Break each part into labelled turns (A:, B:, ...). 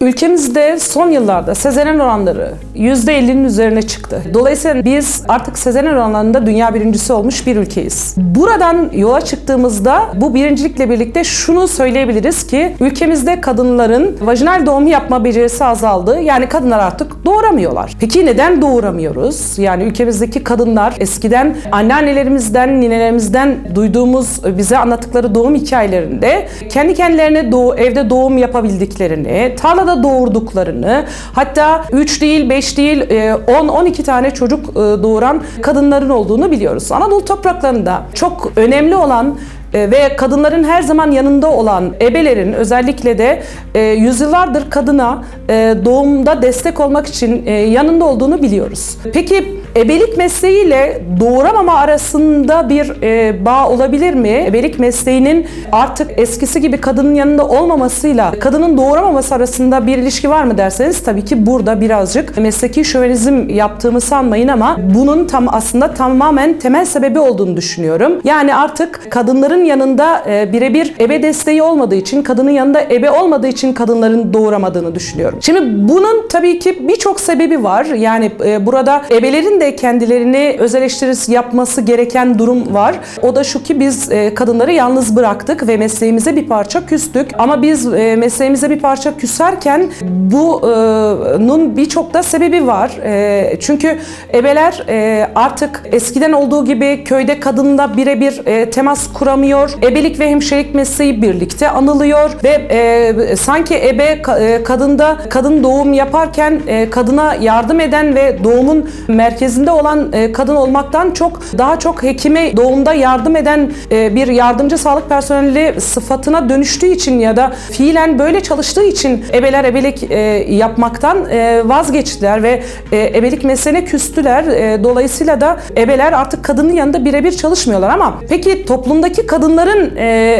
A: Ülkemizde son yıllarda sezaryen oranları %50'nin üzerine çıktı. Dolayısıyla biz artık sezaryen oranlarında dünya birincisi olmuş bir ülkeyiz. Buradan yola çıktığımızda bu birincilikle birlikte şunu söyleyebiliriz ki ülkemizde kadınların vajinal doğum yapma becerisi azaldı. Yani kadınlar artık doğuramıyorlar. Peki neden doğuramıyoruz? Yani ülkemizdeki kadınlar eskiden anneannelerimizden, ninelerimizden duyduğumuz, bize anlattıkları doğum hikayelerinde kendi kendilerine evde doğum yapabildiklerini, tarlada doğurduklarını, hatta 3 değil, 5 değil, 10-12 tane çocuk doğuran kadınların olduğunu biliyoruz. Anadolu topraklarında çok önemli olan ve kadınların her zaman yanında olan ebelerin özellikle de yüzyıllardır kadına doğumda destek olmak için yanında olduğunu biliyoruz. Peki ebelik mesleğiyle doğuramama arasında bir bağ olabilir mi? Ebelik mesleğinin artık eskisi gibi kadının yanında olmamasıyla kadının doğuramaması arasında bir ilişki var mı derseniz tabii ki burada birazcık mesleki şövenizm yaptığımı sanmayın ama bunun aslında tamamen temel sebebi olduğunu düşünüyorum. Yani artık kadınların yanında birebir ebe desteği olmadığı için, kadının yanında ebe olmadığı için kadınların doğuramadığını düşünüyorum. Şimdi bunun tabii ki birçok sebebi var. Yani burada ebelerin de kendilerini öz eleştirisi yapması gereken durum var. O da şu ki biz kadınları yalnız bıraktık ve mesleğimize bir parça küstük. Ama biz mesleğimize bir parça küserken bunun birçok da sebebi var. Çünkü ebeler artık eskiden olduğu gibi köyde kadınla birebir temas kuramıyor. Ebelik ve hemşirelik mesleği birlikte anılıyor ve sanki ebe kadın doğum yaparken kadına yardım eden ve doğumun merkezinde olan kadın olmaktan daha çok hekime doğumda yardım eden bir yardımcı sağlık personeli sıfatına dönüştüğü için ya da fiilen böyle çalıştığı için ebeler ebelik yapmaktan vazgeçtiler ve ebelik mesleğine küstüler. Dolayısıyla da ebeler artık kadının yanında birebir çalışmıyorlar ama peki toplumdaki kadınların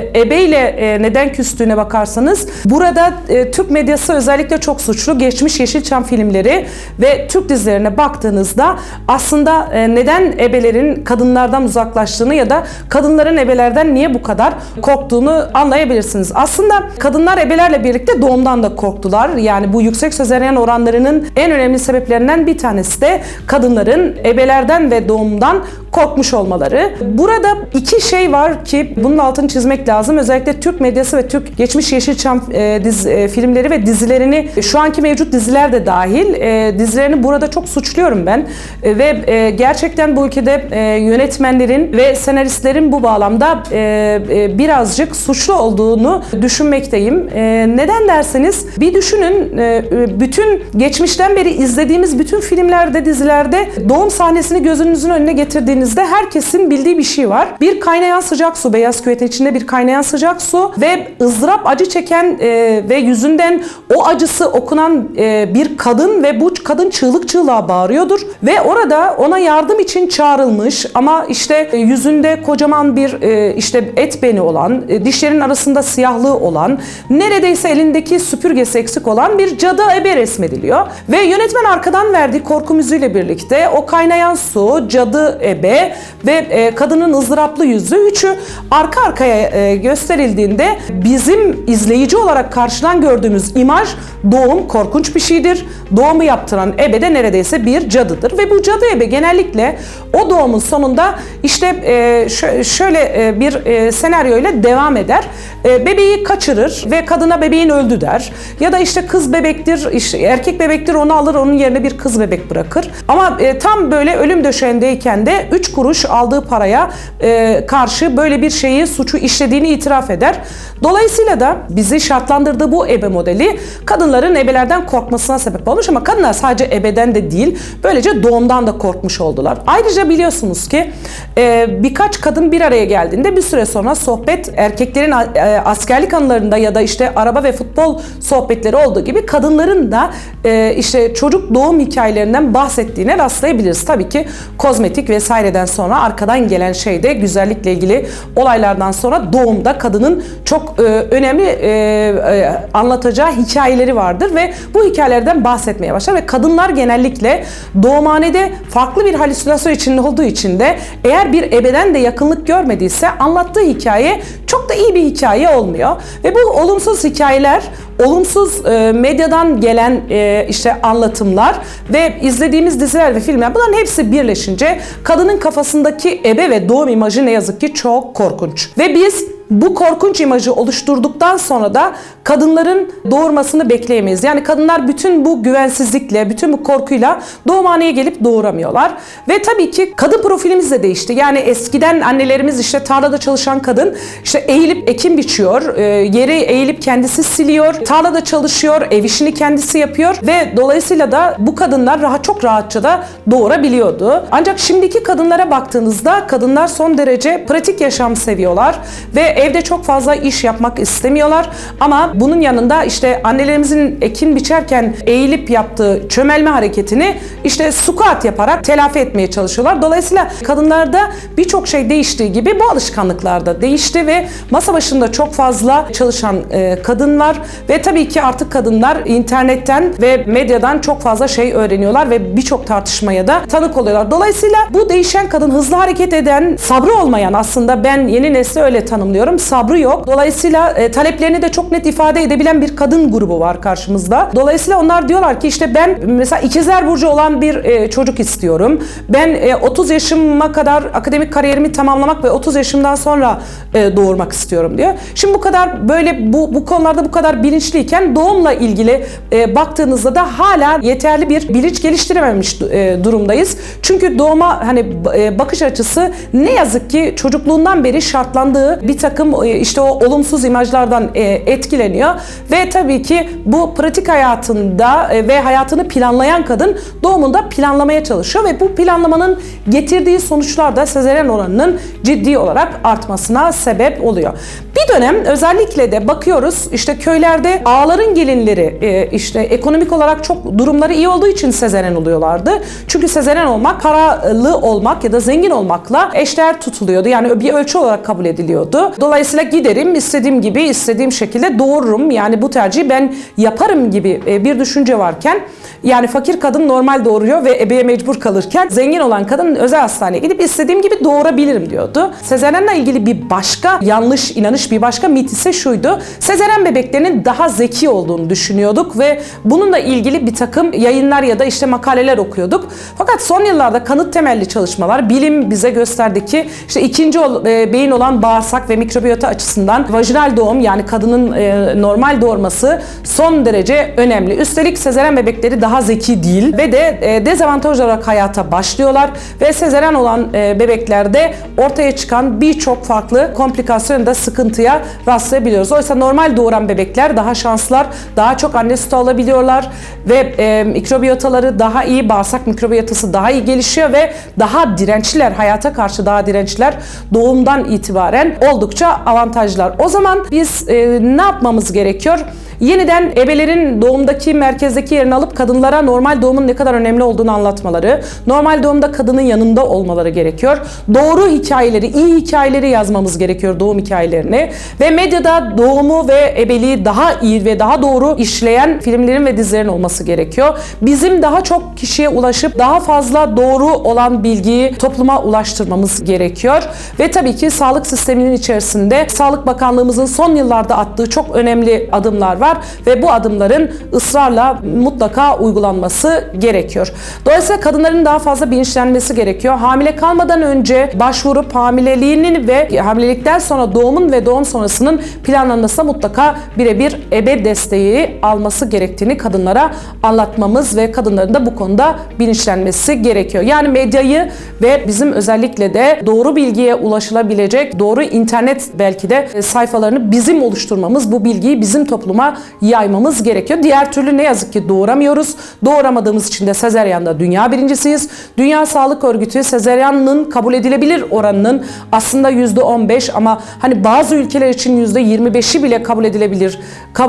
A: ebeyle neden küstüğüne bakarsanız burada Türk medyası özellikle çok suçlu. Geçmiş Yeşilçam filmleri ve Türk dizilerine baktığınızda aslında neden ebelerin kadınlardan uzaklaştığını ya da kadınların ebelerden niye bu kadar korktuğunu anlayabilirsiniz. Aslında kadınlar ebelerle birlikte doğumdan da korktular. Yani bu yüksek sezaryen oranlarının en önemli sebeplerinden bir tanesi de kadınların ebelerden ve doğumdan korkmuş olmaları. Burada iki şey var ki bunun altını çizmek lazım. Özellikle Türk medyası ve Türk geçmiş Yeşilçam filmleri ve dizilerini, şu anki mevcut diziler de dahil, dizilerini burada çok suçluyorum ben. Ve gerçekten bu ülkede yönetmenlerin ve senaristlerin bu bağlamda birazcık suçlu olduğunu düşünmekteyim. Neden derseniz bir düşünün, bütün geçmişten beri izlediğimiz bütün filmlerde, dizilerde doğum sahnesini gözünüzün önüne getirdiğinizde herkesin bildiği bir şey var. Bir kaynayan sıcak su, beyaz küvetin içinde bir kaynayan sıcak su ve ızdırap acı çeken ve yüzünden o acısı okunan bir kadın ve bu kadın çığlık çığlığa bağırıyordur ve orada ona yardım için çağrılmış ama işte yüzünde kocaman bir işte et beni olan, dişlerin arasında siyahlığı olan, neredeyse elindeki süpürgesi eksik olan bir cadı ebe resmediliyor ve yönetmen arkadan verdiği korku müziğiyle birlikte o kaynayan su, cadı ebe ve kadının ızdıraplı yüzü, üçü arka arkaya gösterildiğinde bizim izleyici olarak karşıdan gördüğümüz imaj doğum korkunç bir şeydir. Doğumu yaptıran ebe de neredeyse bir cadıdır ve bu cadı ebe genellikle o doğumun sonunda işte şöyle bir senaryoyla devam eder. Bebeği kaçırır ve kadına bebeğin öldü der. Ya da işte kız bebektir, işte erkek bebektir, onu alır, onun yerine bir kız bebek bırakır. Ama tam böyle ölüm döşeğindeyken de 3 kuruş aldığı paraya karşı böyle bir suçu işlediğini itiraf eder. Dolayısıyla da bizi şartlandırdığı bu ebe modeli kadınların ebelerden korkmasına sebep olmuş ama kadınlar sadece ebeden de değil, böylece doğumdan da korkmuş oldular. Ayrıca biliyorsunuz ki birkaç kadın bir araya geldiğinde bir süre sonra sohbet, erkeklerin askerlik anılarında ya da işte araba ve futbol sohbetleri olduğu gibi kadınların da işte çocuk doğum hikayelerinden bahsettiğine rastlayabiliriz. Tabii ki kozmetik vesaireden sonra arkadan gelen şeyde güzellikle ilgili olaylardan sonra doğumda kadının çok önemli anlatacağı hikayeleri vardır ve bu hikayelerden bahsetmeye başlar ve kadınlar genellikle doğumhanede farklı bir halüsinasyon içinde olduğu için de eğer bir ebeden de yakınlık görmediyse anlattığı hikaye çok da iyi bir hikaye olmuyor ve bu olumsuz hikayeler olumsuz medyadan gelen işte anlatımlar ve izlediğimiz diziler ve filmler, bunların hepsi birleşince kadının kafasındaki ebe ve doğum imajı ne yazık ki çok korkunç. Ve biz bu korkunç imajı oluşturduktan sonra da kadınların doğurmasını bekleyemeyiz. Yani kadınlar bütün bu güvensizlikle, bütün bu korkuyla doğumhaneye gelip doğuramıyorlar. Ve tabii ki kadın profilimiz de değişti. Yani eskiden annelerimiz işte tarlada çalışan kadın işte eğilip ekim biçiyor, yeri eğilip kendisi siliyor, tarlada çalışıyor, ev işini kendisi yapıyor ve dolayısıyla da bu kadınlar çok rahatça da doğurabiliyordu. Ancak şimdiki kadınlara baktığınızda kadınlar son derece pratik yaşam seviyorlar ve evde çok fazla iş yapmak istemiyorlar. Ama bunun yanında işte annelerimizin ekin biçerken eğilip yaptığı çömelme hareketini işte squat yaparak telafi etmeye çalışıyorlar. Dolayısıyla kadınlarda birçok şey değiştiği gibi bu alışkanlıklar da değişti ve masa başında çok fazla çalışan kadın var ve tabii ki artık kadınlar internetten ve medyadan çok fazla şey öğreniyorlar ve birçok tartışmaya da tanık oluyorlar. Dolayısıyla bu değişen kadın, hızlı hareket eden, sabrı olmayan, aslında ben yeni nesli öyle tanımlıyorum, sabrı yok. Dolayısıyla taleplerini de çok net ifade edebilen bir kadın grubu var karşımızda. Dolayısıyla onlar diyorlar ki işte ben mesela ikizler burcu olan bir çocuk istiyorum. Ben 30 yaşıma kadar akademik kariyerimi tamamlamak ve 30 yaşımdan sonra doğurmak istiyorum diyor. Şimdi bu kadar böyle bu konularda bu kadar bilinçliyken doğumla ilgili baktığınızda da hala yeterli bir bilinç geliştirememiş durumdayız. Çünkü doğuma hani bakış açısı ne yazık ki çocukluğundan beri şartlandığı bir takım işte o olumsuz imajlardan etkileniyor ve tabii ki bu pratik hayatında ve hayatını planlayan kadın doğumunda planlamaya çalışıyor ve bu planlamanın getirdiği sonuçlar da sezaryen oranının ciddi olarak artmasına sebep oluyor. Bir dönem özellikle de bakıyoruz işte köylerde ağaların gelinleri işte ekonomik olarak çok durumları iyi olduğu için sezaryen oluyorlardı. Çünkü sezaryen olmak paralı olmak ya da zengin olmakla eşdeğer tutuluyordu. Yani bir ölçü olarak kabul ediliyordu. Dolayısıyla giderim, istediğim gibi, istediğim şekilde doğururum. Yani bu tercihi ben yaparım gibi bir düşünce varken, yani fakir kadın normal doğuruyor ve ebeye mecbur kalırken zengin olan kadın özel hastaneye gidip istediğim gibi doğurabilirim diyordu. Sezaryenle ilgili bir başka yanlış inanış, bir başka mit ise şuydu: sezaryen bebeklerinin daha zeki olduğunu düşünüyorduk ve bununla ilgili bir takım yayınlar ya da işte makaleler okuyorduk. Fakat son yıllarda kanıt temelli çalışmalar, bilim bize gösterdi ki işte ikinci beyin olan bağırsak ve mikrobiyota açısından vajinal doğum, yani kadının normal doğurması son derece önemli. Üstelik sezaryen bebekleri daha zeki değil ve de dezavantaj olarak hayata başlıyorlar ve sezaryen olan bebeklerde ortaya çıkan birçok farklı komplikasyona da sıkıntıya rastlayabiliyoruz. Oysa normal doğuran bebekler daha şanslılar, daha çok anne sütü alabiliyorlar ve mikrobiyotaları daha iyi, bağırsak mikrobiyotası daha iyi gelişiyor ve daha dirençliler, hayata karşı daha dirençliler doğumdan itibaren oldukça avantajlar. O zaman biz ne yapmamız gerekiyor? Yeniden ebelerin doğumdaki merkezdeki yerini alıp kadınlara normal doğumun ne kadar önemli olduğunu anlatmaları, normal doğumda kadının yanında olmaları gerekiyor. Doğru hikayeleri, iyi hikayeleri yazmamız gerekiyor, doğum hikayelerini ve medyada doğumu ve ebeliği daha iyi ve daha doğru işleyen filmlerin ve dizilerin olması gerekiyor. Bizim daha çok kişiye ulaşıp daha fazla doğru olan bilgiyi topluma ulaştırmamız gerekiyor ve tabii ki sağlık sisteminin içerisinde Sağlık Bakanlığımızın son yıllarda attığı çok önemli adımlar var ve bu adımların ısrarla mutlaka uygulanması gerekiyor. Dolayısıyla kadınların daha fazla bilinçlenmesi gerekiyor. Hamile kalmadan önce başvurup hamileliğinin ve hamilelikten sonra doğumun ve doğum sonrasının planlanmasına mutlaka birebir ebe desteği alması gerektiğini kadınlara anlatmamız ve kadınların da bu konuda bilinçlenmesi gerekiyor. Yani medyayı ve bizim özellikle de doğru bilgiye ulaşılabilecek doğru internet belki de sayfalarını bizim oluşturmamız, bu bilgiyi bizim topluma yaymamız gerekiyor. Diğer türlü ne yazık ki doğuramıyoruz. Doğuramadığımız için de sezaryanda dünya birincisiyiz. Dünya Sağlık Örgütü sezaryanın kabul edilebilir oranının aslında %15 ama hani bazı ülkeler için %25'i bile kabul edilebilir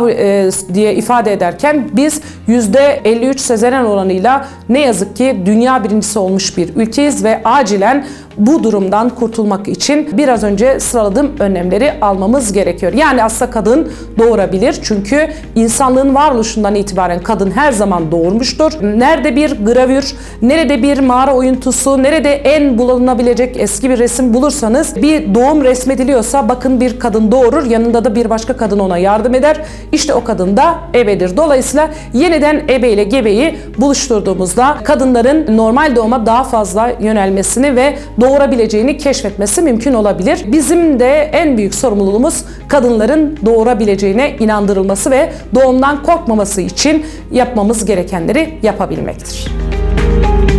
A: diye ifade ederken biz %53 sezaryen oranıyla ne yazık ki dünya birincisi olmuş bir ülkeyiz ve acilen bu durumdan kurtulmak için biraz önce sıraladığım önlemleri almamız gerekiyor. Yani aslında kadın doğurabilir. Çünkü insanlığın varoluşundan itibaren kadın her zaman doğurmuştur. Nerede bir gravür, nerede bir mağara oyuntusu, nerede en bulunabilecek eski bir resim bulursanız, bir doğum resmediliyorsa bakın bir kadın doğurur, yanında da bir başka kadın ona yardım eder. İşte o kadın da ebedir. Dolayısıyla yeniden ebe ile gebeyi buluşturduğumuzda kadınların normal doğuma daha fazla yönelmesini ve doğurabileceğini keşfetmesi mümkün olabilir. Bizim de en büyük sorumluluğumuz kadınların doğurabileceğine inandırılması ve doğumdan korkmaması için yapmamız gerekenleri yapabilmektir.